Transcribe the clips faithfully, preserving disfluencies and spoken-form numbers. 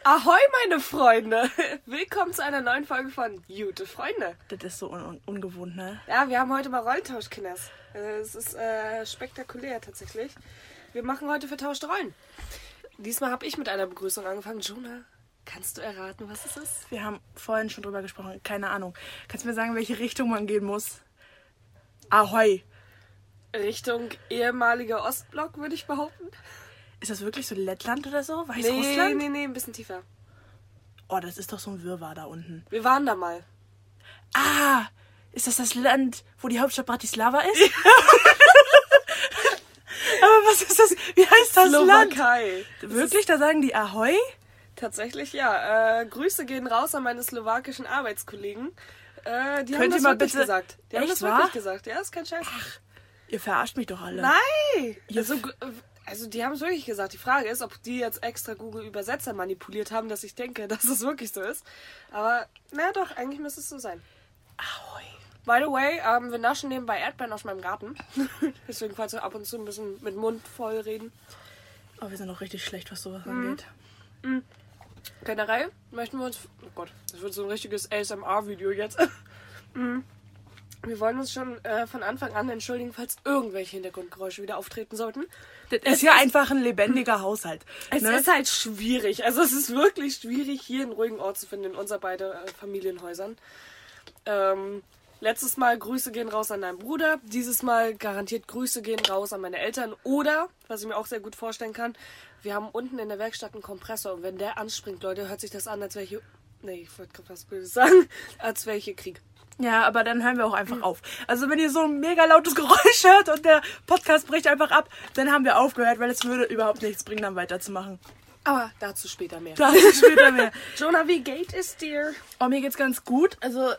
Ahoi, meine Freunde! Willkommen zu einer neuen Folge von Gute Freunde. Das ist so un- un- ungewohnt, ne? Ja, wir haben heute mal Rollentausch, Kinders. Es ist äh, spektakulär tatsächlich. Wir machen heute vertauschte Rollen. Diesmal habe ich mit einer Begrüßung angefangen. Jonah, kannst du erraten, was es ist? Wir haben vorhin schon drüber gesprochen. Keine Ahnung. Kannst du mir sagen, in welche Richtung man gehen muss? Ahoi. Richtung ehemaliger Ostblock, würde ich behaupten. Ist das wirklich so Lettland oder so? Nee, Weißrussland? nee, nee, ein bisschen tiefer. Oh, das ist doch so ein Wirrwarr da unten. Wir waren da mal. Ah, ist das das Land, wo die Hauptstadt Bratislava ist? Aber was ist das? Wie heißt das Slowakei. Land? Wirklich? Da sagen die Ahoi? Tatsächlich, ja. Äh, Grüße gehen raus an meine slowakischen Arbeitskollegen. Äh, die haben Könnt das ihr mal wirklich bitte- gesagt. Die haben Echt, das wirklich wahr? gesagt. Ja, ist kein Scheiß. Ihr verarscht mich doch alle. Nein! Ihr Also, g- also die haben es wirklich gesagt. Die Frage ist, ob die jetzt extra Google-Übersetzer manipuliert haben, dass ich denke, dass es wirklich so ist. Aber, na doch, eigentlich müsste es so sein. Ahoi. By the way, ähm, wir naschen nebenbei Erdbeeren aus meinem Garten. Deswegen, falls wir ab und zu ein bisschen mit Mund voll reden. Oh, wir sind auch richtig schlecht, was sowas angeht. Generell möchten wir uns... Oh Gott, das wird so ein richtiges A S M R-Video jetzt. Mm. Wir wollen uns schon äh, von Anfang an entschuldigen, falls irgendwelche Hintergrundgeräusche wieder auftreten sollten. Das ist ja einfach ein lebendiger Haushalt. Es ne? ist halt schwierig. Also es ist wirklich schwierig, hier einen ruhigen Ort zu finden in unser beide äh, Familienhäusern. Ähm, letztes Mal Grüße gehen raus an deinen Bruder. Dieses Mal garantiert Grüße gehen raus an meine Eltern. Oder, was ich mir auch sehr gut vorstellen kann, wir haben unten in der Werkstatt einen Kompressor. Und wenn der anspringt, Leute, hört sich das an, als wäre hier... Nee, ich wollte gerade was Böses sagen. Als wäre hier Krieg. Ja, aber dann hören wir auch einfach auf. Also wenn ihr so ein mega lautes Geräusch hört und der Podcast bricht einfach ab, dann haben wir aufgehört, weil es würde überhaupt nichts bringen, dann weiterzumachen. Aber dazu später mehr. Dazu später mehr. Jonah, wie geht es dir? Oh, mir geht's ganz gut. Also,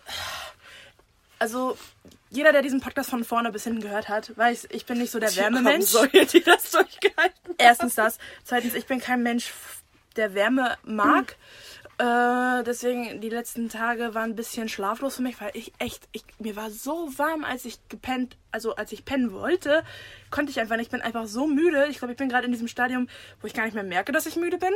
also jeder, der diesen Podcast von vorne bis hinten gehört hat, weiß, ich bin nicht so der Wärmemensch. Soll die das durchgehalten? Erstens das. Zweitens, ich bin kein Mensch, der Wärme mag. Äh, deswegen, die letzten Tage waren ein bisschen schlaflos für mich, weil ich echt, ich, mir war so warm, als ich gepennt, also als ich pennen wollte, konnte ich einfach nicht. Ich bin einfach so müde. Ich glaube, ich bin gerade in diesem Stadium, wo ich gar nicht mehr merke, dass ich müde bin.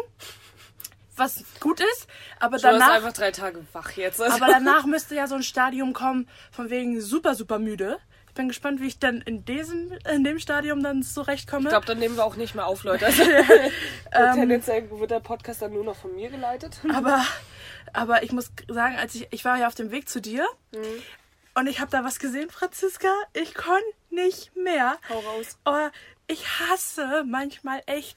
Was gut ist, aber Du bist danach, einfach drei Tage wach jetzt. Also. aber danach müsste ja so ein Stadium kommen, von wegen super, super müde. Ich bin gespannt, wie ich dann in diesem, in dem Stadium dann zurechtkomme. Ich glaube, dann nehmen wir auch nicht mehr auf, Leute. Also, ähm, tendenziell wird der Podcast dann nur noch von mir geleitet. Aber, aber ich muss sagen, als ich, ich war ja auf dem Weg zu dir Mhm. und ich habe da was gesehen, Franziska. Ich konnte nicht mehr. Hau raus. Aber ich hasse manchmal echt.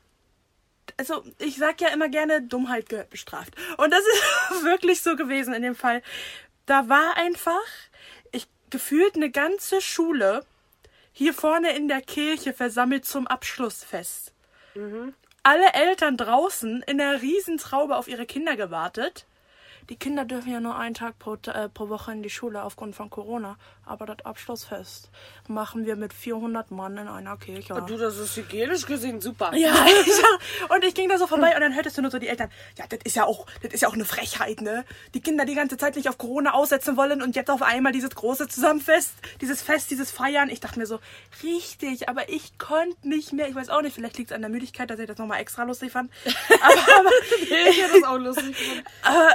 Also, ich sag ja immer gerne, Dummheit gehört bestraft. Und das ist wirklich so gewesen in dem Fall. Da war einfach, ich gefühlt eine ganze Schule hier vorne in der Kirche versammelt zum Abschlussfest. Mhm. Alle Eltern draußen in der Riesentraube auf ihre Kinder gewartet. Die Kinder dürfen ja nur einen Tag pro, äh, pro Woche in die Schule aufgrund von Corona. Aber das Abschlussfest machen wir mit vierhundert Mann in einer Kirche. Und du, das ist hygienisch gesehen super. Ja, ich, und ich ging da so vorbei und dann hörtest du nur so die Eltern, ja, das ist ja auch, das ist ja auch eine Frechheit, ne? Die Kinder die ganze Zeit nicht auf Corona aussetzen wollen und jetzt auf einmal dieses große Zusammenfest, dieses Fest, dieses Feiern. Ich dachte mir so, richtig, aber ich konnte nicht mehr. Ich weiß auch nicht, vielleicht liegt es an der Müdigkeit, dass ich das nochmal extra lustig fand. Aber, aber Ich hätte das auch lustig gefunden. aber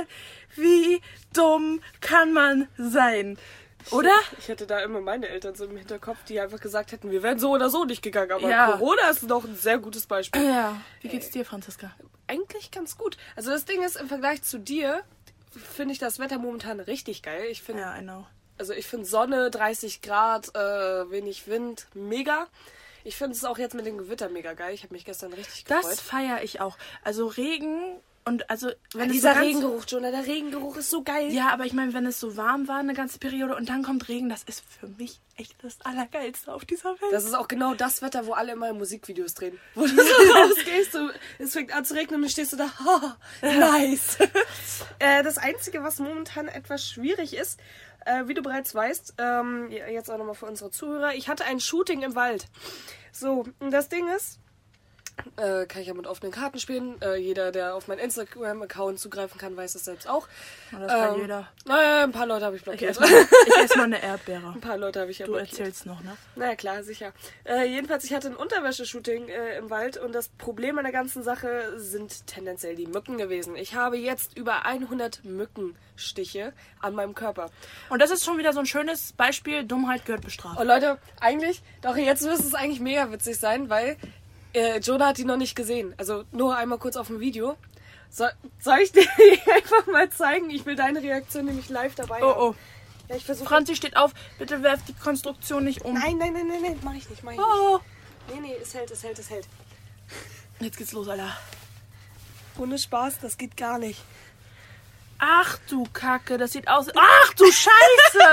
wie dumm kann man sein? Oder? Ich hätte da immer meine Eltern so im Hinterkopf, die einfach gesagt hätten, wir wären so oder so nicht gegangen. Aber Ja. Corona ist noch ein sehr gutes Beispiel. Ja. Wie geht's dir, Franziska? Eigentlich ganz gut. Also das Ding ist, im Vergleich zu dir finde ich das Wetter momentan richtig geil. Ich finde, Ja, I know. also ich finde Sonne, dreißig Grad, äh, wenig Wind, mega. Ich finde es auch jetzt mit dem Gewitter mega geil. Ich habe mich gestern richtig gefreut. Das feiere ich auch. Also Regen und also wenn es Dieser so ganz, Regengeruch, Jonah, der Regengeruch ist so geil. Ja, aber ich meine, wenn es so warm war eine ganze Periode und dann kommt Regen, das ist für mich echt das Allergeilste auf dieser Welt. Das ist auch genau das Wetter, wo alle immer Musikvideos drehen. Wo du so rausgehst, du, es fängt an zu regnen und dann stehst du da, ha, nice. äh, das Einzige, was momentan etwas schwierig ist, äh, wie du bereits weißt, ähm, jetzt auch nochmal für unsere Zuhörer, ich hatte ein Shooting im Wald. So, und das Ding ist, Äh, kann ich ja mit offenen Karten spielen. Äh, jeder, der auf meinen Instagram-Account zugreifen kann, weiß das selbst auch. Ja, das kann ähm, jeder. Naja, ein paar Leute habe ich Ich blockiert. esse mal, ich ess mal eine Erdbeere. Ein paar Leute habe ich ja Du blockiert. erzählst noch, ne? Na ja, klar, sicher. Äh, jedenfalls, ich hatte ein Unterwäscheshooting äh, im Wald und das Problem an der ganzen Sache sind tendenziell die Mücken gewesen. Ich habe jetzt über hundert Mückenstiche an meinem Körper. Und das ist schon wieder so ein schönes Beispiel, Dummheit gehört bestraft. Und Leute, eigentlich, doch jetzt müsste es eigentlich mega witzig sein, weil äh, Jonah hat die noch nicht gesehen. Also nur einmal kurz auf dem Video. So, soll ich dir die einfach mal zeigen? Ich will deine Reaktion nämlich live dabei Oh, haben. oh. Ja, ich versuche. Franzi steht auf, bitte werf die Konstruktion nicht um. Nein, nein, nein, nein, nein, mach ich nicht, mach ich Oh. nicht. Nee, nee, es hält, es hält, es hält. Jetzt geht's los, Alter. Ohne Spaß, das geht gar nicht. Ach du Kacke, das sieht aus... Ach du Scheiße!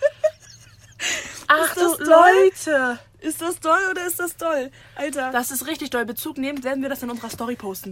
Ach Ist das du toll? Leute! Ist das doll oder ist das doll? Alter, Das ist richtig doll. Bezug nehmend werden wir das in unserer Story posten.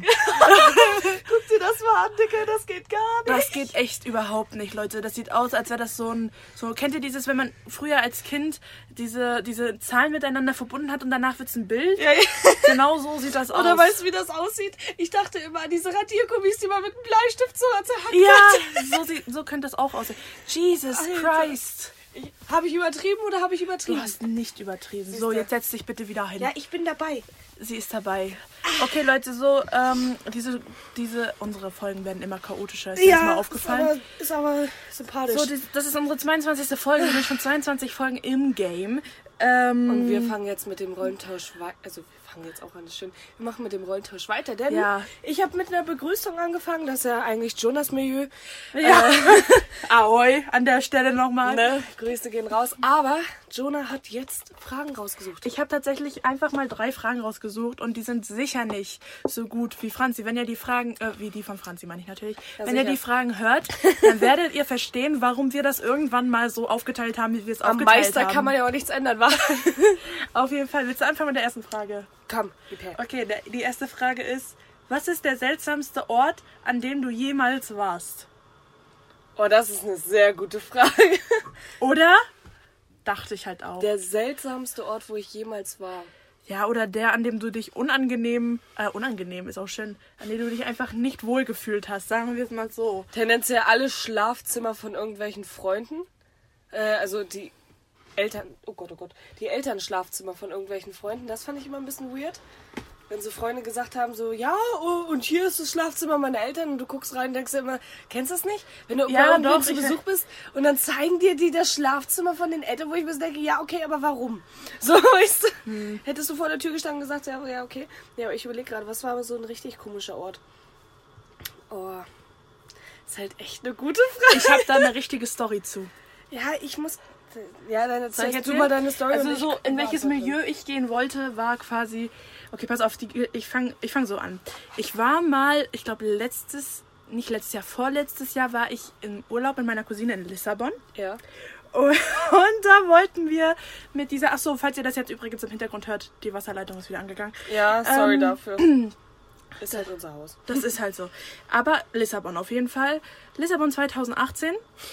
guck dir das mal an, Dicke, das geht gar nicht. Das geht echt überhaupt nicht, Leute. Das sieht aus, als wäre das so ein... So, kennt ihr dieses, wenn man früher als Kind diese, diese Zahlen miteinander verbunden hat und danach wird's ein Bild? Ja, ja. Genau so sieht das aus. Oder weißt du, wie das aussieht? Ich dachte immer an diese Radiergummis, die man mit einem Bleistift so zerhackt hat. Ja, so, sieht, so könnte das auch aussehen. Jesus Alter. Christ. Ich- Habe ich übertrieben oder habe ich Du übertrieben? hast nicht übertrieben. Siehste. So, jetzt setz dich bitte wieder hin. Ja, ich bin dabei. Sie ist dabei. Okay, Leute, so, ähm, diese, diese, unsere Folgen werden immer chaotischer. Ist mir das mal aufgefallen? Ist aber, ist aber sympathisch. So, die, das ist unsere zweiundzwanzigste Folge. Wir sind schon zweiundzwanzig Folgen im Game. Ähm, Und wir fangen jetzt mit dem Rollentausch weiter. Also wir fangen jetzt auch an, das ist schön. Wir machen mit dem Rollentausch weiter, denn Ja. ich habe mit einer Begrüßung angefangen. Das ist ja eigentlich Jonas Milieu. ja. Ahoi, an der Stelle nochmal. Ne? Grüße gehen raus. Aber Jonah hat jetzt Fragen rausgesucht. Ich habe tatsächlich einfach mal drei Fragen rausgesucht und die sind sicher nicht so gut wie Franzi. Wenn ihr die Fragen, äh, wie die von Franzi meine ich natürlich, Ja, wenn ihr sicher. die Fragen hört, dann werdet ihr verstehen, warum wir das irgendwann mal so aufgeteilt haben, wie wir es Am aufgeteilt Meister haben. kann man ja auch nichts ändern, wa? Auf jeden Fall. Willst du anfangen mit der ersten Frage? Komm, gib her. Okay, der, die erste Frage ist, was ist der seltsamste Ort, an dem du jemals warst? Oh, das ist eine sehr gute Frage. Oder? Dachte ich halt auch. Der seltsamste Ort, wo ich jemals war. Ja, oder der, an dem du dich unangenehm, äh, unangenehm ist auch schön, an dem du dich einfach nicht wohlgefühlt hast, sagen wir es mal so. Tendenziell alle Schlafzimmer von irgendwelchen Freunden. Äh, also die Eltern, oh Gott, oh Gott, die Elternschlafzimmer von irgendwelchen Freunden. Das fand ich immer ein bisschen weird. Wenn so Freunde gesagt haben, so, ja, oh, und hier ist das Schlafzimmer meiner Eltern und du guckst rein und denkst dir immer, kennst du das nicht? Wenn du Ja, irgendwo doch, zu ich- Besuch bist und dann zeigen dir die das Schlafzimmer von den Eltern, wo ich mir so denke, ja, okay, aber warum? So, weißt du, Hm. hättest du vor der Tür gestanden und gesagt, ja, ja, okay. Ja, aber ich überlege gerade, was war aber so ein richtig komischer Ort? Oh, ist halt echt eine gute Frage. Ich habe da eine richtige Story zu. Ja, ich muss, ja, dann Soll ich erzählst du erzählen? mal deine Story. Also und ich so, guck in mal welches Antworten. Milieu ich gehen wollte, war quasi... Okay, pass auf, die, ich fange ich fang so an. Ich war mal, ich glaube letztes, nicht letztes Jahr, vorletztes Jahr war ich im Urlaub mit meiner Cousine in Lissabon. Ja. Und, und da wollten wir mit dieser... Ach so, falls ihr das jetzt übrigens im Hintergrund hört, die Wasserleitung ist wieder angegangen. Ja, sorry Ähm, dafür. Ist halt unser Haus. Das ist halt so. Aber Lissabon auf jeden Fall. Lissabon zwanzig achtzehn.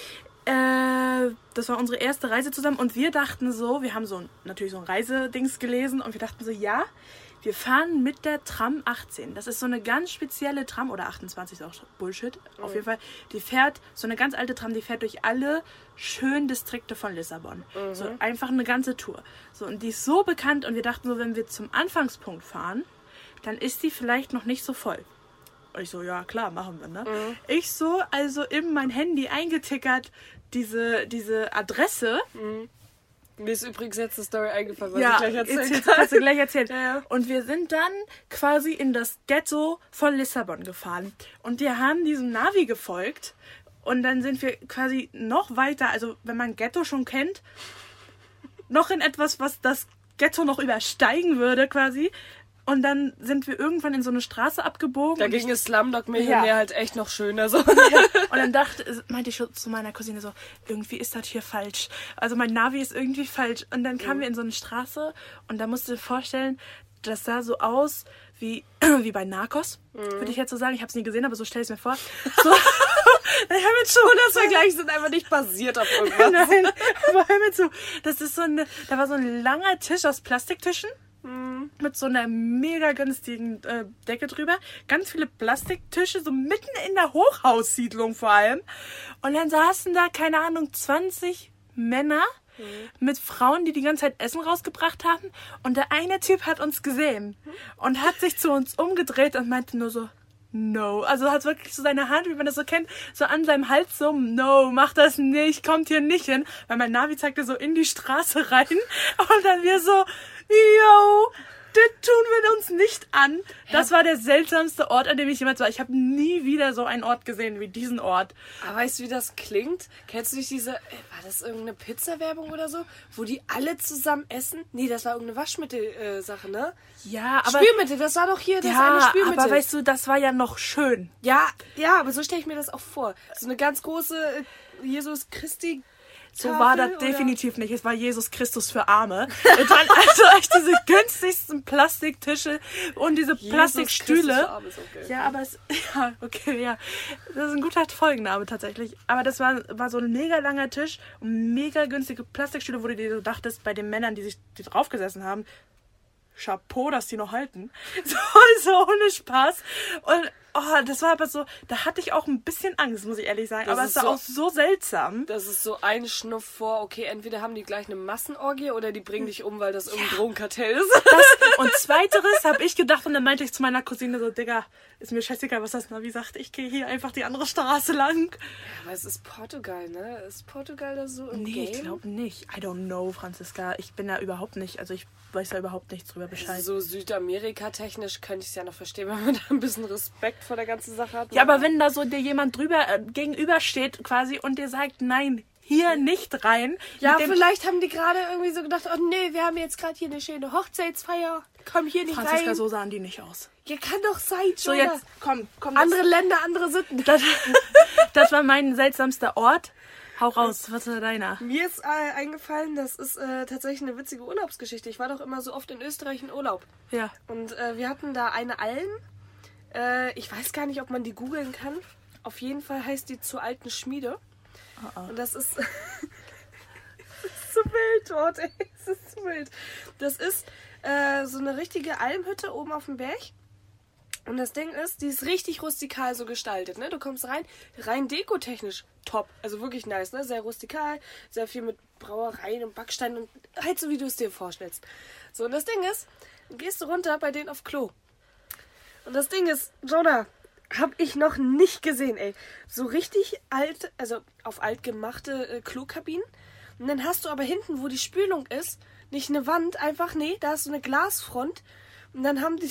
Äh, das war unsere erste Reise zusammen und wir dachten so, wir haben so ein, natürlich so ein Reisedings gelesen und wir dachten so, ja, wir fahren mit der Tram achtzehn. Das ist so eine ganz spezielle Tram, oder achtundzwanzig ist auch Bullshit, auf jeden Fall. Die fährt, so eine ganz alte Tram, die fährt durch alle schönen Distrikte von Lissabon. So einfach eine ganze Tour. So, und die ist so bekannt und wir dachten so, wenn wir zum Anfangspunkt fahren, dann ist die vielleicht noch nicht so voll. Und ich so, ja klar, machen wir, ne? Mhm. Ich so, also in mein Handy eingetickert, diese, diese Adresse. Mir ist übrigens jetzt eine Story eingefallen, was Ja, ich gleich erzählen erzählst- kann. kannst du gleich erzählen. Ja, ja. Und wir sind dann quasi in das Ghetto von Lissabon gefahren. Und wir haben diesem Navi gefolgt. Und dann sind wir quasi noch weiter, also wenn man Ghetto schon kennt, noch in etwas, was das Ghetto noch übersteigen würde quasi. Und dann sind wir irgendwann in so eine Straße abgebogen. Da und ging es Slumdog-Millionär Ja. halt echt noch schöner. So. Ja. Und dann dachte, meinte ich schon zu meiner Cousine so, irgendwie ist das hier falsch. Also mein Navi ist irgendwie falsch. Und dann kamen wir in so eine Straße und da musst du dir vorstellen, das sah so aus wie, wie bei Narcos, würde ich jetzt so sagen. Ich habe es nie gesehen, aber so stell ich es mir vor. So, dann hör mir zu, Das Vergleich sind einfach nicht basiert auf irgendwas. Nein, aber hör mir zu. Das ist so eine, da war so ein langer Tisch aus Plastiktischen. mit so einer mega günstigen äh, Decke drüber. Ganz viele Plastiktische, so mitten in der Hochhaussiedlung vor allem. Und dann saßen da, keine Ahnung, zwanzig Männer mhm. mit Frauen, die die ganze Zeit Essen rausgebracht haben. Und der eine Typ hat uns gesehen und hat sich zu uns umgedreht und meinte nur so, no. Also hat wirklich so seine Hand, wie man das so kennt, so an seinem Hals so, no, mach das nicht, kommt hier nicht hin. Weil mein Navi zeigte so in die Straße rein und dann wir so, yo, das tun wir uns nicht an. Das war der seltsamste Ort, an dem ich jemals war. Ich habe nie wieder so einen Ort gesehen wie diesen Ort. Aber weißt du, wie das klingt? Kennst du nicht diese, war das irgendeine Pizza-Werbung oder so? Wo die alle zusammen essen? Nee, das war irgendeine Waschmittel-Sache, ne? Ja, aber... Spülmittel, das war doch hier das ja, eine Spülmittel. aber weißt du, das war ja noch schön. Ja, ja, aber so stelle ich mir das auch vor. So eine ganz große äh, Jesus Christi... So Tafel, war das oder? definitiv nicht. Es war Jesus Christus für Arme. Es waren also echt diese günstigsten Plastiktische und diese Jesus Plastikstühle. Christus für Arme ist okay. Ja, aber es... Ja, okay, ja. Das ist ein guter Folgenname tatsächlich. Aber das war, war so ein mega langer Tisch und mega günstige Plastikstühle, wo du dir so dachtest, bei den Männern, die sich die draufgesessen haben, Chapeau, dass die noch halten. So, so ohne Spaß. Und oh, das war aber so, da hatte ich auch ein bisschen Angst, muss ich ehrlich sagen. Das aber es ist war so- auch so seltsam. Das ist so ein Schnuff vor, okay, entweder haben die gleich eine Massenorgie oder die bringen dich um, weil das irgendein Drogenkartell ist. Das, und zweiteres habe ich gedacht und dann meinte ich zu meiner Cousine so, Digga, ist mir scheißegal, was das Navi sagt. Ich gehe hier einfach die andere Straße lang. Aber es ist Portugal, ne? Ist Portugal da so im Nee, Game? ich glaube nicht. I don't know, Franziska. Ich bin da überhaupt nicht, also ich weiß da überhaupt nichts drüber Bescheid. So Südamerika-technisch könnte ich es ja noch verstehen, wenn man da ein bisschen Respekt vor der ganzen Sache hat. Ja, aber wenn da so dir jemand drüber äh, gegenübersteht quasi und dir sagt, nein, hier nicht rein. Ja, mit dem- vielleicht haben die gerade irgendwie so gedacht, oh nee, wir haben jetzt gerade hier eine schöne Hochzeitsfeier. Komm hier nicht Franziska, rein. so sahen die nicht aus. Ja, kann doch sein, So, Jonah. jetzt, komm, komm. das- Andere Länder, andere Sitten. Das, das war mein seltsamster Ort. Hau raus, was war deiner? Mir ist äh, eingefallen, das ist äh, tatsächlich eine witzige Urlaubsgeschichte. Ich war doch immer so oft in Österreich in Urlaub. Ja. Und äh, wir hatten da eine Alm. Äh, ich weiß gar nicht, ob man die googeln kann. Auf jeden Fall heißt die zur alten Schmiede. Oh, oh. Und das ist... das ist so wild dort, ey. Das ist so wild. Das ist äh, so eine richtige Almhütte oben auf dem Berg. Und das Ding ist, die ist richtig rustikal so gestaltet, ne? Du kommst rein, rein dekotechnisch top. Also wirklich nice, ne? Sehr rustikal, sehr viel mit Brauereien und Backsteinen und halt so, wie du es dir vorstellst. So, und das Ding ist, dann gehst du runter bei denen auf Klo. Und das Ding ist, Jonah, hab ich noch nicht gesehen, ey. So richtig alt, also auf alt gemachte äh, Klokabinen. Und dann hast du aber hinten, wo die Spülung ist, nicht eine Wand, einfach, nee, da ist so eine Glasfront. Und dann haben die...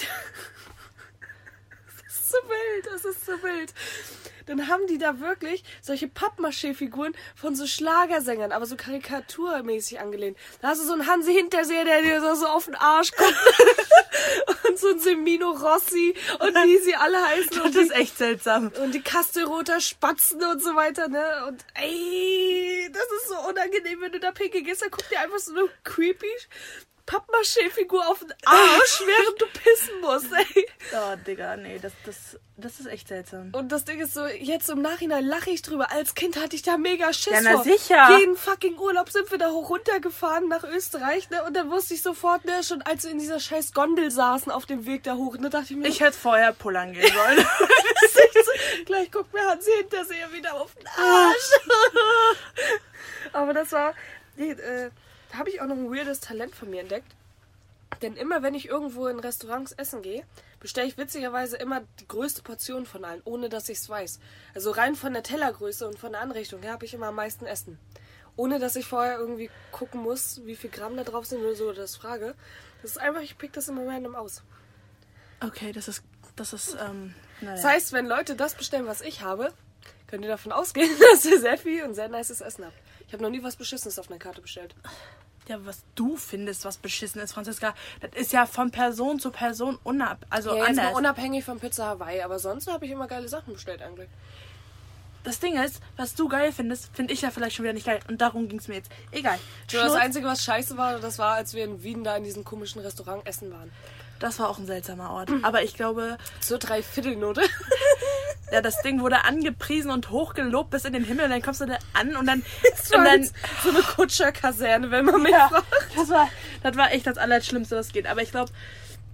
Das ist so wild, das ist so wild. Dann haben die da wirklich solche Pappmaché-Figuren von so Schlagersängern, aber so karikaturmäßig angelehnt. Da hast du so einen Hansi Hinterseher, der dir so, so auf den Arsch guckt. Und so ein Semino Rossi und wie sie alle heißen. Das und ist die, echt seltsam. und die Kastelroter Spatzen und so weiter, ne? Und ey, das ist so unangenehm, wenn du da pinkeln gehst, dann guckt dir einfach so eine creepy Pappmaché-Figur auf den Arsch, während du pissen musst, ey. Oh, Digga, nee, das, das, das ist echt seltsam. Und das Ding ist so, jetzt im Nachhinein lache ich drüber. Als Kind hatte ich da mega Schiss Ja, na vor. sicher. Jeden fucking Urlaub sind wir da hoch runtergefahren nach Österreich, ne? Und dann wusste ich sofort, ne, schon als wir in dieser scheiß Gondel saßen auf dem Weg da hoch, ne, dachte ich mir, Ich hätte vorher pullern gehen sollen. das ist echt so, gleich guckt mir Hansi Hinterseher wieder auf den Arsch. Aber das war, nee, äh, da habe ich auch noch ein weirdes Talent von mir entdeckt. Denn immer, wenn ich irgendwo in Restaurants essen gehe, bestelle ich witzigerweise immer die größte Portion von allen, ohne dass ich es weiß. Also rein von der Tellergröße und von der Anrichtung her habe ich immer am meisten Essen. Ohne dass ich vorher irgendwie gucken muss, wie viel Gramm da drauf sind oder so, oder das frage. Das ist einfach, ich pick das immer random aus. Okay, das ist, das ist, ähm, naja. Das heißt, wenn Leute das bestellen, was ich habe, könnt ihr davon ausgehen, dass ihr sehr viel und sehr nices Essen habt. Ich habe noch nie was Beschissenes auf einer Karte bestellt. Ja, was du findest, was beschissen ist, Franziska, das ist ja von Person zu Person unab, also Ja, jetzt mal anders. unabhängig von Pizza Hawaii, aber sonst habe ich immer geile Sachen bestellt eigentlich. Das Ding ist, was du geil findest, finde ich ja vielleicht schon wieder nicht geil. Und darum ging es mir jetzt. Egal. Nur das Schnurz, Einzige, was scheiße war, das war, als wir in Wien da in diesem komischen Restaurant essen waren. das war auch ein seltsamer Ort. Aber ich glaube, Zur Dreiviertelnote. ja, das Ding wurde angepriesen und hochgelobt bis in den Himmel. Und dann kommst du da an und dann... Das war und dann jetzt so eine Kutscherkaserne, wenn man mich ja, fragt. das war, das war echt das Allerschlimmste, was geht. Aber ich glaube,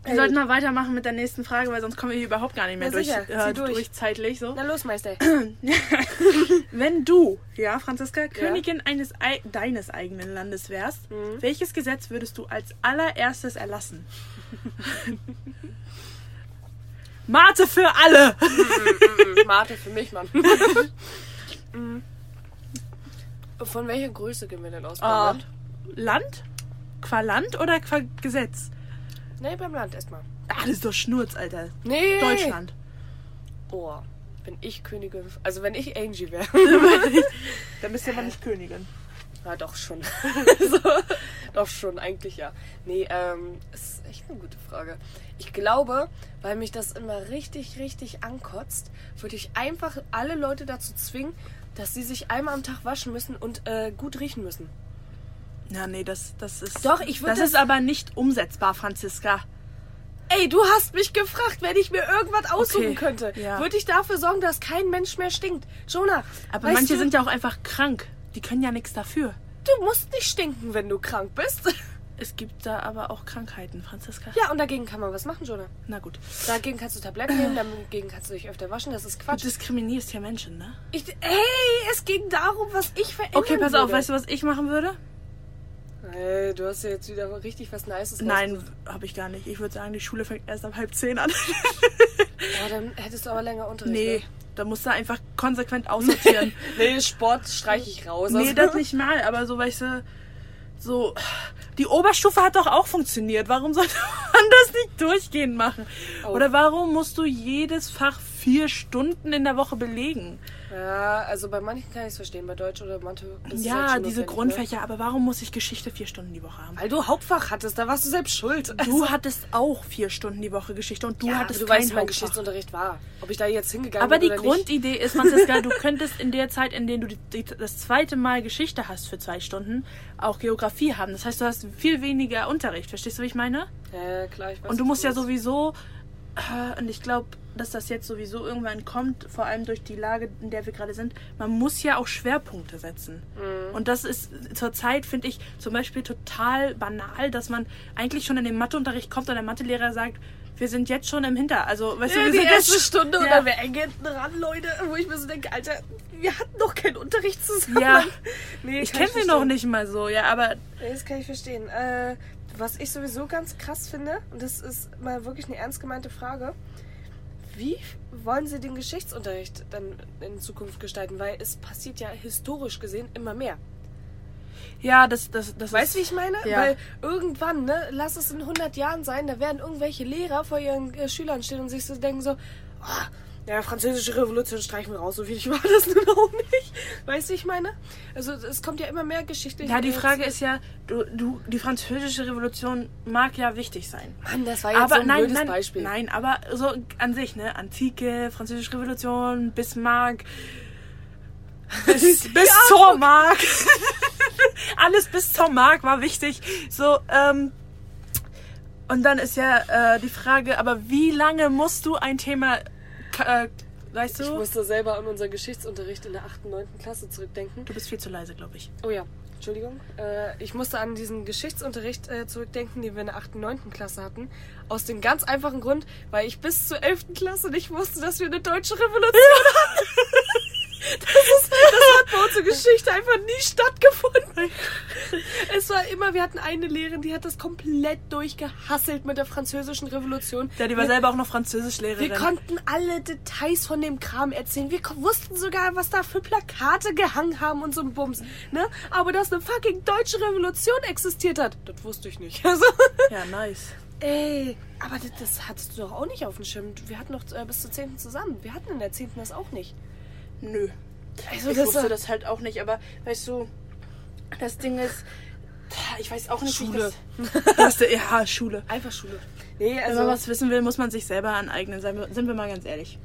Wir sollten mal weitermachen mit der nächsten Frage, weil sonst kommen wir hier überhaupt gar nicht mehr Ja, durch, sicher. äh, Zieh durch. durch zeitlich. So. Na los, Meister. Wenn du, ja, Franziska, Königin eines Ei- deines eigenen Landes wärst, Mhm. welches Gesetz würdest du als allererstes erlassen? Mate für alle! Mate für mich, Mann. Mhm. Von welcher Größe gehen wir denn aus? Beim Ah, Land? Land? Qua Land oder qua Gesetz? Nee, beim Land erstmal. Ah, das ist doch Schnurz, Alter. Nee. Deutschland. Oh, wenn ich Königin... Also wenn ich Angie wäre. Dann bist du aber nicht Königin. Ja, doch schon. so, doch schon, eigentlich ja. Nee, ähm, ist echt eine gute Frage. Ich glaube, weil mich das immer richtig, richtig ankotzt, würde ich einfach alle Leute dazu zwingen, dass sie sich einmal am Tag waschen müssen und äh, gut riechen müssen. Ja, nee, das, das ist... Doch, ich würd Das das- ist aber nicht umsetzbar, Franziska. Ey, du hast mich gefragt, wenn ich mir irgendwas aussuchen Okay, könnte. ja. Würde ich dafür sorgen, dass kein Mensch mehr stinkt. Jonah, Aber weißt manche du, sind ja auch einfach krank. Die können ja nichts dafür. du musst nicht stinken, wenn du krank bist. Es gibt da aber auch Krankheiten, Franziska. Ja, und dagegen kann man was machen, Jonah. Na gut. Dagegen kannst du Tabletten nehmen, dagegen kannst du dich öfter waschen. Das ist Du Quatsch. diskriminierst ja Menschen, ne? Ich, hey, es ging darum, was ich verändern Okay, pass auf, würde. weißt du, was ich machen würde? Hey, du hast ja jetzt wieder richtig was Nices Nein, rausgesucht. habe ich gar nicht. Ich würde sagen, die Schule fängt erst ab halb zehn an. Oh, dann hättest du aber länger Unterricht. Nee, Ne? da musst du einfach konsequent aussortieren. Nee, Sport streiche ich raus. Nee, Also- das nicht mal, aber so, weißt du, so, die Oberstufe hat doch auch funktioniert. Warum sollte man das nicht durchgehend machen? Oh. Oder warum musst du jedes Fach vier Stunden in der Woche belegen? Ja, also bei manchen kann ich es verstehen, bei Deutsch oder Mathe ist es Ja, halt schon diese notwendig, Grundfächer, aber warum muss ich Geschichte vier Stunden die Woche haben? Ne? Weil du Hauptfach hattest, da warst du selbst schuld. Du Also- hattest auch vier Stunden die Woche Geschichte und du ja, hattest du kein weißt, wie mein Hauptfach. Geschichtsunterricht war. Ob ich da jetzt hingegangen Aber die bin oder nicht. Grundidee ist, Franziska, du könntest in der Zeit, in der du die, die, das zweite Mal Geschichte hast für zwei Stunden, auch Geografie haben. Das heißt, du hast viel weniger Unterricht. Verstehst du, wie ich meine? Ja, klar, ich weiß. Und du was musst ja meinst. sowieso, äh, und ich glaube, dass das jetzt sowieso irgendwann kommt, vor allem durch die Lage, in der wir gerade sind, man muss ja auch Schwerpunkte setzen. Mhm. Und das ist zurzeit, finde ich, zum Beispiel total banal, dass man eigentlich schon in den Matheunterricht kommt und der Mathelehrer sagt, wir sind jetzt schon im Hinter. Also, weißt Ja, du, wir die sind erste jetzt Stunde und ja. dann wäre eng hinten ran, Leute. Wo ich mir so denke, Alter, wir hatten doch keinen Unterricht zusammen. Ja. nee, Ich kann kenne sie verstehen. noch nicht mal so, ja, aber Nee, das kann ich verstehen. Äh, was ich sowieso ganz krass finde, und das ist mal wirklich eine ernst gemeinte Frage, wie wollen Sie den Geschichtsunterricht dann in Zukunft gestalten? Weil es passiert ja historisch gesehen immer mehr. ja, das, das, das Weißt du, wie ist, ich meine? Ja. Weil irgendwann, ne, lass es in hundert Jahren sein, da werden irgendwelche Lehrer vor ihren äh, Schülern stehen und sich so denken so, oh, ja, französische Revolution streichen wir raus, so wichtig war das nun auch nicht. Weißt du, wie ich meine? Also es kommt ja immer mehr geschichtliche... ja, die Frage ist ja, du, du, die französische Revolution mag ja wichtig sein. Mann, das war jetzt Aber so ein nein, blödes nein, Beispiel. nein, aber so an sich, ne? Antike, französische Revolution, Bismarck, bis, bis zur Mark. Alles bis zur Mark war wichtig. So, ähm, und dann ist ja äh, die Frage, aber wie lange musst du ein Thema, äh, weißt Ich du? musste selber an unseren Geschichtsunterricht in der achten, neunten Klasse zurückdenken. Du bist viel zu leise, glaube ich. Oh ja, Entschuldigung. Äh, ich musste an diesen Geschichtsunterricht äh, zurückdenken, den wir in der achten, neunten Klasse hatten. Aus dem ganz einfachen Grund, weil ich bis zur elften Klasse nicht wusste, dass wir eine deutsche Revolution hatten. Das, ist, das hat bei uns in Geschichte einfach nie stattgefunden. Es war immer, wir hatten eine Lehrerin, die hat das komplett durchgehasselt mit der französischen Revolution. Ja, die war wir, selber auch noch Französischlehrerin. wir konnten alle Details von dem Kram erzählen. Wir ko- wussten sogar, was da für Plakate gehangen haben und so ein Bums. Ne? Aber dass eine fucking deutsche Revolution existiert hat, das wusste ich nicht. Also, Ja, nice. ey, aber das, das hattest du doch auch nicht auf dem Schirm. Wir hatten noch äh, bis zur zehnten zusammen. Wir hatten in der zehnten das auch nicht. Nö. Also, Ich das wusste war- das halt auch nicht, aber weißt du, das Ding ist, ich weiß auch nicht, Schule. wie ich das... das ist, ja, Schule. Einfach Schule. Nee, Wenn also... man was wissen will, muss man sich selber aneignen, seien wir- sind wir mal ganz ehrlich.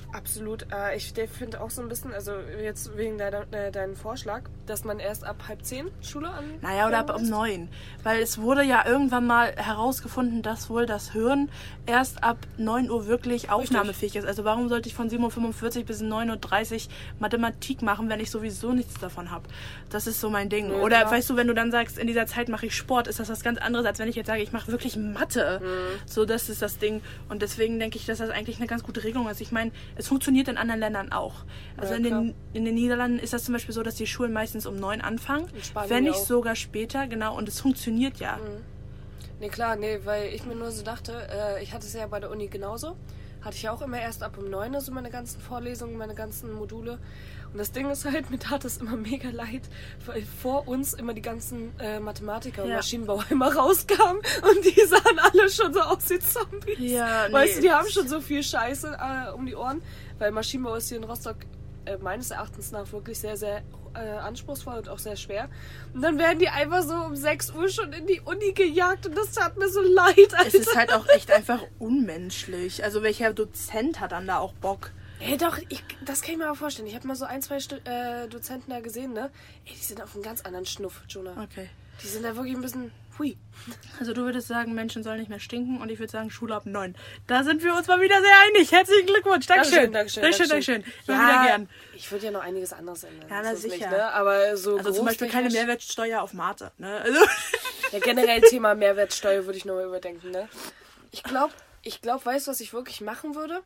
Absolut. Äh, ich finde auch so ein bisschen, also jetzt wegen deiner, äh, deinem Vorschlag, dass man erst ab halb zehn Schule an... Naja, oder ab um neun. Weil es wurde ja irgendwann mal herausgefunden, dass wohl das Hirn erst ab neun Uhr wirklich aufnahmefähig ist. Also warum sollte ich von sieben Uhr fünfundvierzig bis neun Uhr dreißig Mathematik machen, wenn ich sowieso nichts davon habe? Das ist so mein Ding. Ja, oder klar. Weißt du, wenn du dann sagst, in dieser Zeit mache ich Sport, ist das was ganz anderes, als wenn ich jetzt sage, ich mache wirklich Mathe. Mhm. So, das ist das Ding. Und deswegen denke ich, dass das eigentlich eine ganz gute Regelung ist. Ich meine, es funktioniert in anderen Ländern auch. Also ja, in, den, in den Niederlanden ist das zum Beispiel so, dass die Schulen meistens um neun anfangen. Wenn nicht auch. Sogar später, genau. Und es funktioniert ja. Mhm. Nee, klar, nee, weil ich mir nur so dachte, äh, ich hatte es ja bei der Uni genauso. Hatte ich ja auch immer erst ab um neun so meine ganzen Vorlesungen, meine ganzen Module. Und das Ding ist halt, mir tat es immer mega leid, weil vor uns immer die ganzen äh, Mathematiker und ja. Maschinenbauer immer rauskamen und die sahen alle schon so aus wie Zombies. Ja, nee. Weißt du, die haben schon so viel Scheiße äh, um die Ohren, weil Maschinenbau ist hier in Rostock äh, meines Erachtens nach wirklich sehr, sehr äh, anspruchsvoll und auch sehr schwer. Und dann werden die einfach so um sechs Uhr schon in die Uni gejagt und das tat mir so leid, Alter. Es ist halt auch echt einfach unmenschlich. Also welcher Dozent hat dann da auch Bock? Ey, doch, ich, das kann ich mir aber vorstellen. Ich habe mal so ein, zwei Stu- äh, Dozenten da gesehen, ne? Ey, die sind auf einem ganz anderen Schnuff, Jonah. Okay. Die sind da wirklich ein bisschen hui. Also du würdest sagen, Menschen sollen nicht mehr stinken und ich würde sagen, Schule ab neun. Da sind wir uns mal wieder sehr einig. Herzlichen Glückwunsch. Dankeschön. Dankeschön, Dankeschön, Dankeschön. Dankeschön. Ja, wieder gern. Ich würde ja noch einiges anderes ändern. Ja, na sicher. Nicht, ne? Aber so also zum Beispiel keine Mehrwertsteuer auf Mate. Ne? Also ja, generell Thema Mehrwertsteuer würde ich nochmal überdenken. Ne? Ich glaube, ich glaub, weißt du, was ich wirklich machen würde?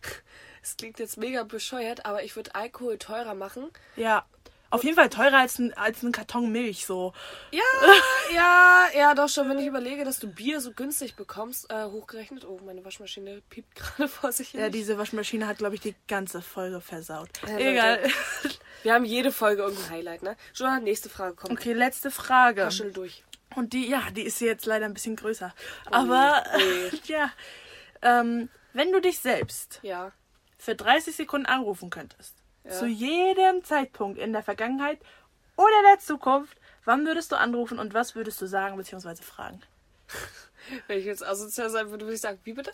Es klingt jetzt mega bescheuert, aber ich würde Alkohol teurer machen. Ja, auf jeden Fall teurer als ein, als ein Karton Milch, so. Ja, ja, ja, doch schon. Wenn ich überlege, dass du Bier so günstig bekommst, äh, hochgerechnet. Oh, meine Waschmaschine piept gerade vor sich hin. Ja, diese Waschmaschine hat, glaube ich, die ganze Folge versaut. Ja, egal. Leute, wir haben jede Folge irgendein Highlight, ne? Schon, nächste Frage kommt. Okay, letzte Frage. Raschel durch. Und die, ja, die ist jetzt leider ein bisschen größer. Oh, aber, nee. ja, ähm, wenn du dich selbst... Ja. für dreißig Sekunden anrufen könntest, ja. zu jedem Zeitpunkt in der Vergangenheit oder der Zukunft, wann würdest du anrufen und was würdest du sagen bzw. fragen? Wenn ich jetzt asozial sein würde, würde ich sagen, wie bitte?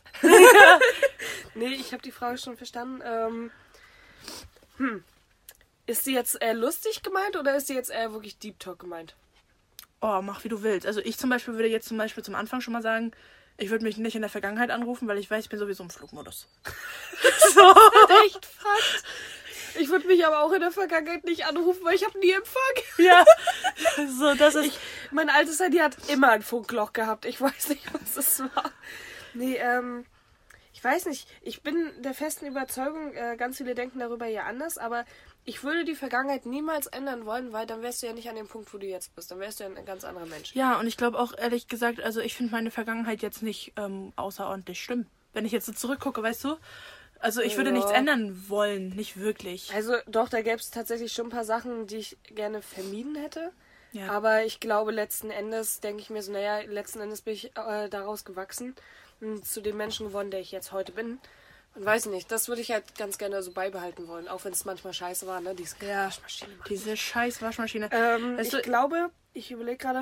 Nee, ich habe die Frage schon verstanden. Ähm, hm. Ist sie jetzt eher lustig gemeint oder ist sie jetzt eher wirklich Deep Talk gemeint? Oh, mach wie du willst. Also ich zum Beispiel würde jetzt zum Beispiel zum Anfang schon mal sagen, ich würde mich nicht in der Vergangenheit anrufen, weil ich weiß, ich bin sowieso im Flugmodus. So. Das ist echt Fakt. Ich würde mich aber auch in der Vergangenheit nicht anrufen, weil ich habe nie Empfang. Ja, so, das ist... Ich, mein altes Handy hat immer ein Funkloch gehabt. Ich weiß nicht, was das war. Nee, ähm... Ich weiß nicht. Ich bin der festen Überzeugung, äh, ganz viele denken darüber ja anders, aber ich würde die Vergangenheit niemals ändern wollen, weil dann wärst du ja nicht an dem Punkt, wo du jetzt bist. Dann wärst du ja ein ganz anderer Mensch. Ja, und ich glaube auch, ehrlich gesagt, also ich finde meine Vergangenheit jetzt nicht ähm, außerordentlich schlimm. Wenn ich jetzt so zurückgucke, weißt du? Also ich würde ja. nichts ändern wollen, nicht wirklich. Also doch, da gäbe es tatsächlich schon ein paar Sachen, die ich gerne vermieden hätte. Ja. Aber ich glaube, letzten Endes denke ich mir so, naja, letzten Endes bin ich äh, daraus gewachsen und zu dem Menschen geworden, der ich jetzt heute bin. Und weiß nicht, das würde ich halt ganz gerne so beibehalten wollen, auch wenn es manchmal scheiße war, ne? Diese ja, Waschmaschine. Diese scheiß Waschmaschine. Ähm, weißt ich du, glaube, ich überlege gerade,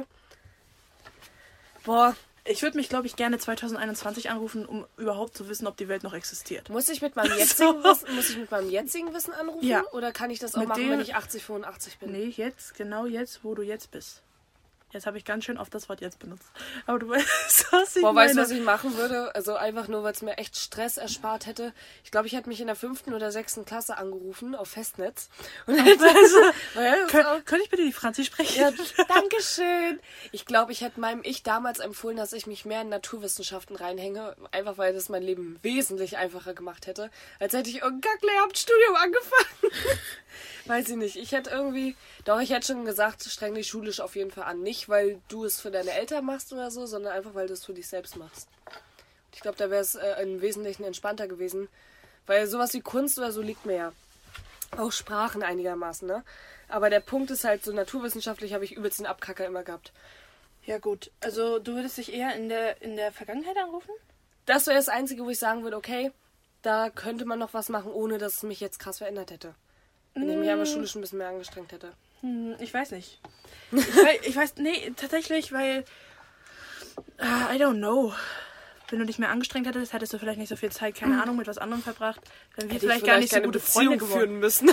boah, ich würde mich, glaube ich, gerne zwanzig einundzwanzig anrufen, um überhaupt zu wissen, ob die Welt noch existiert. Muss ich mit meinem jetzigen, so. Wissen, muss ich mit meinem jetzigen Wissen anrufen? Ja. Oder kann ich das auch mit machen, dem, wenn ich achtzig, fünfundachtzig bin? Nee, jetzt, genau jetzt, wo du jetzt bist. Jetzt habe ich ganz schön oft das Wort jetzt benutzt. Aber du weißt, was ich Boah, meine. weißt du, was ich machen würde? Also einfach nur, weil es mir echt Stress erspart hätte. Ich glaube, ich hätte mich in der fünften oder sechsten Klasse angerufen auf Festnetz. Und hätte also, ja, Kön- könnte ich bitte die Franzi sprechen? Ja, Dankeschön. Ich glaube, ich hätte meinem Ich damals empfohlen, dass ich mich mehr in Naturwissenschaften reinhänge. Einfach, weil das mein Leben wesentlich einfacher gemacht hätte. Als hätte ich irgendein Kacklehramtsstudium angefangen. Weiß ich nicht. Ich hätte irgendwie... Doch, ich hätte schon gesagt, streng dich schulisch auf jeden Fall an. Nicht, weil du es für deine Eltern machst oder so, sondern einfach, weil du es für dich selbst machst. Ich glaube, da wäre es äh, im Wesentlichen entspannter gewesen. Weil sowas wie Kunst oder so liegt mir ja. Auch Sprachen einigermaßen, ne? Aber der Punkt ist halt, so naturwissenschaftlich habe ich übelst den Abkacker immer gehabt. Ja gut, also du würdest dich eher in der, in der Vergangenheit anrufen? Das wäre das Einzige, wo ich sagen würde, okay, da könnte man noch was machen, ohne dass es mich jetzt krass verändert hätte. Wenn ich mich aber schulisch ein bisschen mehr angestrengt hätte. Hm, ich weiß nicht. Ich weiß, ich weiß, nee, tatsächlich, weil... Uh, I don't know. wenn du dich mehr angestrengt hättest, hättest du vielleicht nicht so viel Zeit, keine Ahnung, mit was anderem verbracht. Dann wir Hätte vielleicht ich gar nicht so keine gute Beziehung Freunde geworden. führen müssen.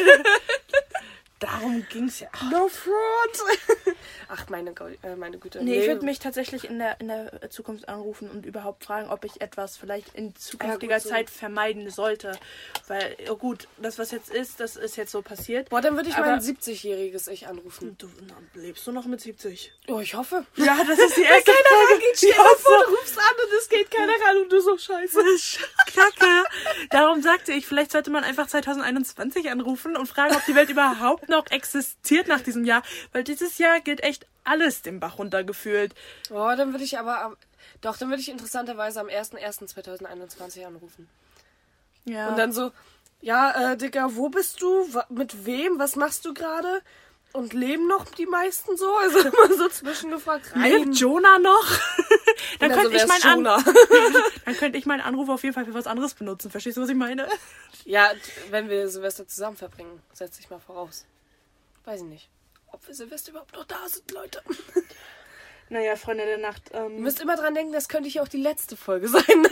Darum ging's ja. No fraud. Ach, meine, Gau- äh, meine Güte. Nee, ich würde mich tatsächlich in der, in der Zukunft anrufen und überhaupt fragen, ob ich etwas vielleicht in zukünftiger Ja, gut, so. Zeit vermeiden sollte. Weil, oh gut, das, was jetzt ist, das ist jetzt so passiert. Boah, dann würde ich Aber- mein siebzigjähriges Ich anrufen. Du na, lebst du noch mit siebzig? Oh, ich hoffe. Ja, das ist die erste Keiner Frage. rangeht, stell dir Ja, mal vor, so. du rufst an und es geht keiner ran und du so scheiße. Kacke. Darum sagte ich, vielleicht sollte man einfach zwanzig einundzwanzig anrufen und fragen, ob die Welt überhaupt noch existiert nach diesem Jahr. Weil dieses Jahr geht echt alles den Bach runtergefühlt. Oh, dann würde ich aber am, doch, dann würde ich interessanterweise am ersten ersten zweitausendeinundzwanzig anrufen. Ja. Und dann so, ja, äh, Digga, wo bist du? Wa- mit wem? Was machst du gerade? Und leben noch die meisten so? Also immer so zwischengefragt. Rein. lebt Jonah noch? dann, Und dann so, könnte wer ich ist meinen An- Jonah? dann könnte ich meinen Anruf auf jeden Fall für was anderes benutzen. Verstehst du, was ich meine? Ja, t- wenn wir Silvester zusammen verbringen, setze ich mal voraus. Weiß ich nicht. Ob wir Silvester überhaupt noch da sind, Leute. Naja, Freunde der Nacht. Ihr Ähm, müsst immer dran denken, das könnte ja auch die letzte Folge sein.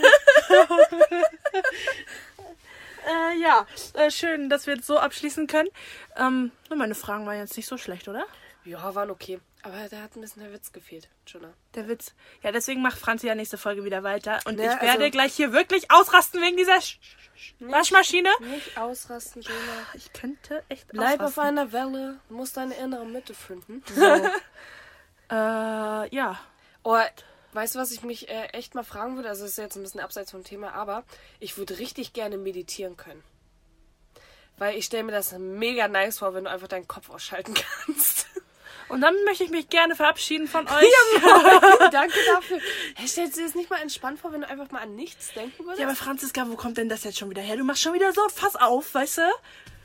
äh, ja, äh, schön, dass wir jetzt so abschließen können. Ähm, nur meine Fragen waren jetzt nicht so schlecht, oder? Ja, waren okay. Aber da hat ein bisschen der Witz gefehlt, Jonah. Der Witz. Ja, deswegen macht Franzi ja nächste Folge wieder weiter. Und Ja, ich werde also- gleich hier wirklich ausrasten wegen dieser Sch Sch Waschmaschine. Nicht ausrasten, Jonah. Ich könnte echt Bleib auf ausrasten. einer Welle, du musst deine innere Mitte finden. So. äh, ja. Oh, weißt du, was ich mich äh, echt mal fragen würde? Also, das ist jetzt ein bisschen abseits vom Thema, aber ich würde richtig gerne meditieren können. Weil ich stelle mir das mega nice vor, wenn du einfach deinen Kopf ausschalten kannst. Und dann möchte ich mich gerne verabschieden von euch. Danke dafür. Hey, stellst du dir das nicht mal entspannt vor, wenn du einfach mal an nichts denken würdest? Ja, aber Franziska, wo kommt denn das jetzt schon wieder her? Du machst schon wieder so ein Fass auf, weißt du? Ja,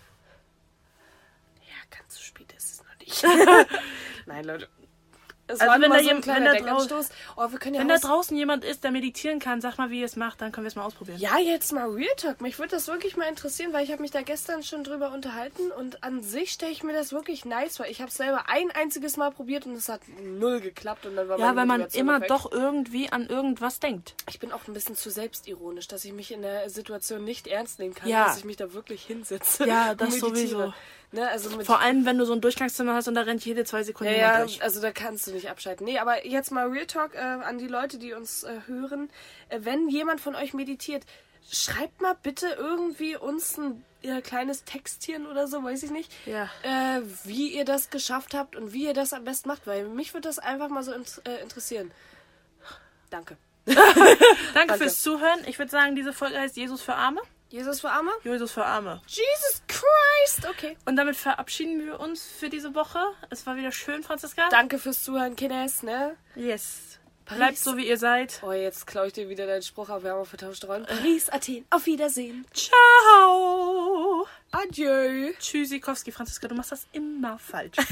ganz so spät ist es noch nicht. Nein, Leute. Es Also war wenn nur da mal so ein jem- kleiner wenn da Denkanstoß. Oh, wir können ja Wenn da aus- draußen jemand ist, der meditieren kann, sag mal, wie ihr es macht, dann können wir es mal ausprobieren. Ja, jetzt mal Real Talk. Mich würde das wirklich mal interessieren, weil ich habe mich da gestern schon drüber unterhalten und an sich stelle ich mir das wirklich nice, weil ich habe es selber ein einziges Mal probiert und es hat null geklappt und dann war Ja, meine weil man Motivation immer weg. doch irgendwie an irgendwas denkt. Ich bin auch ein bisschen zu selbstironisch, dass ich mich in der Situation nicht ernst nehmen kann, Ja. dass ich mich da wirklich hinsetze. Ja, und das meditiere. sowieso. Ne, also mit Vor allem, wenn du so ein Durchgangszimmer hast und da rennt jede zwei Sekunden Ja, jemand ja, durch. also da kannst du nicht abschalten. Nee, aber jetzt mal Real Talk äh, an die Leute, die uns äh, hören. Äh, wenn jemand von euch meditiert, schreibt mal bitte irgendwie uns ein äh, kleines Textchen oder so, weiß ich nicht, Ja. äh, wie ihr das geschafft habt und wie ihr das am besten macht, weil mich würde das einfach mal so in, äh, interessieren. Danke. Danke, Danke. fürs Zuhören. Ich würde sagen, diese Folge heißt Jesus für Arme. Jesus für Arme? Jesus für Arme. Jesus Christ! Okay. Und damit verabschieden wir uns für diese Woche. Es war wieder schön, Franziska. Danke fürs Zuhören, Kinders, ne? Yes. Paris. Bleibt so, wie ihr seid. Oh, jetzt klaue ich dir wieder deinen Spruch, aber wir haben auch vertauschte Rollen. Paris, Athen, auf Wiedersehen. Ciao. Adieu. Tschüssikowski, Franziska, du machst das immer falsch.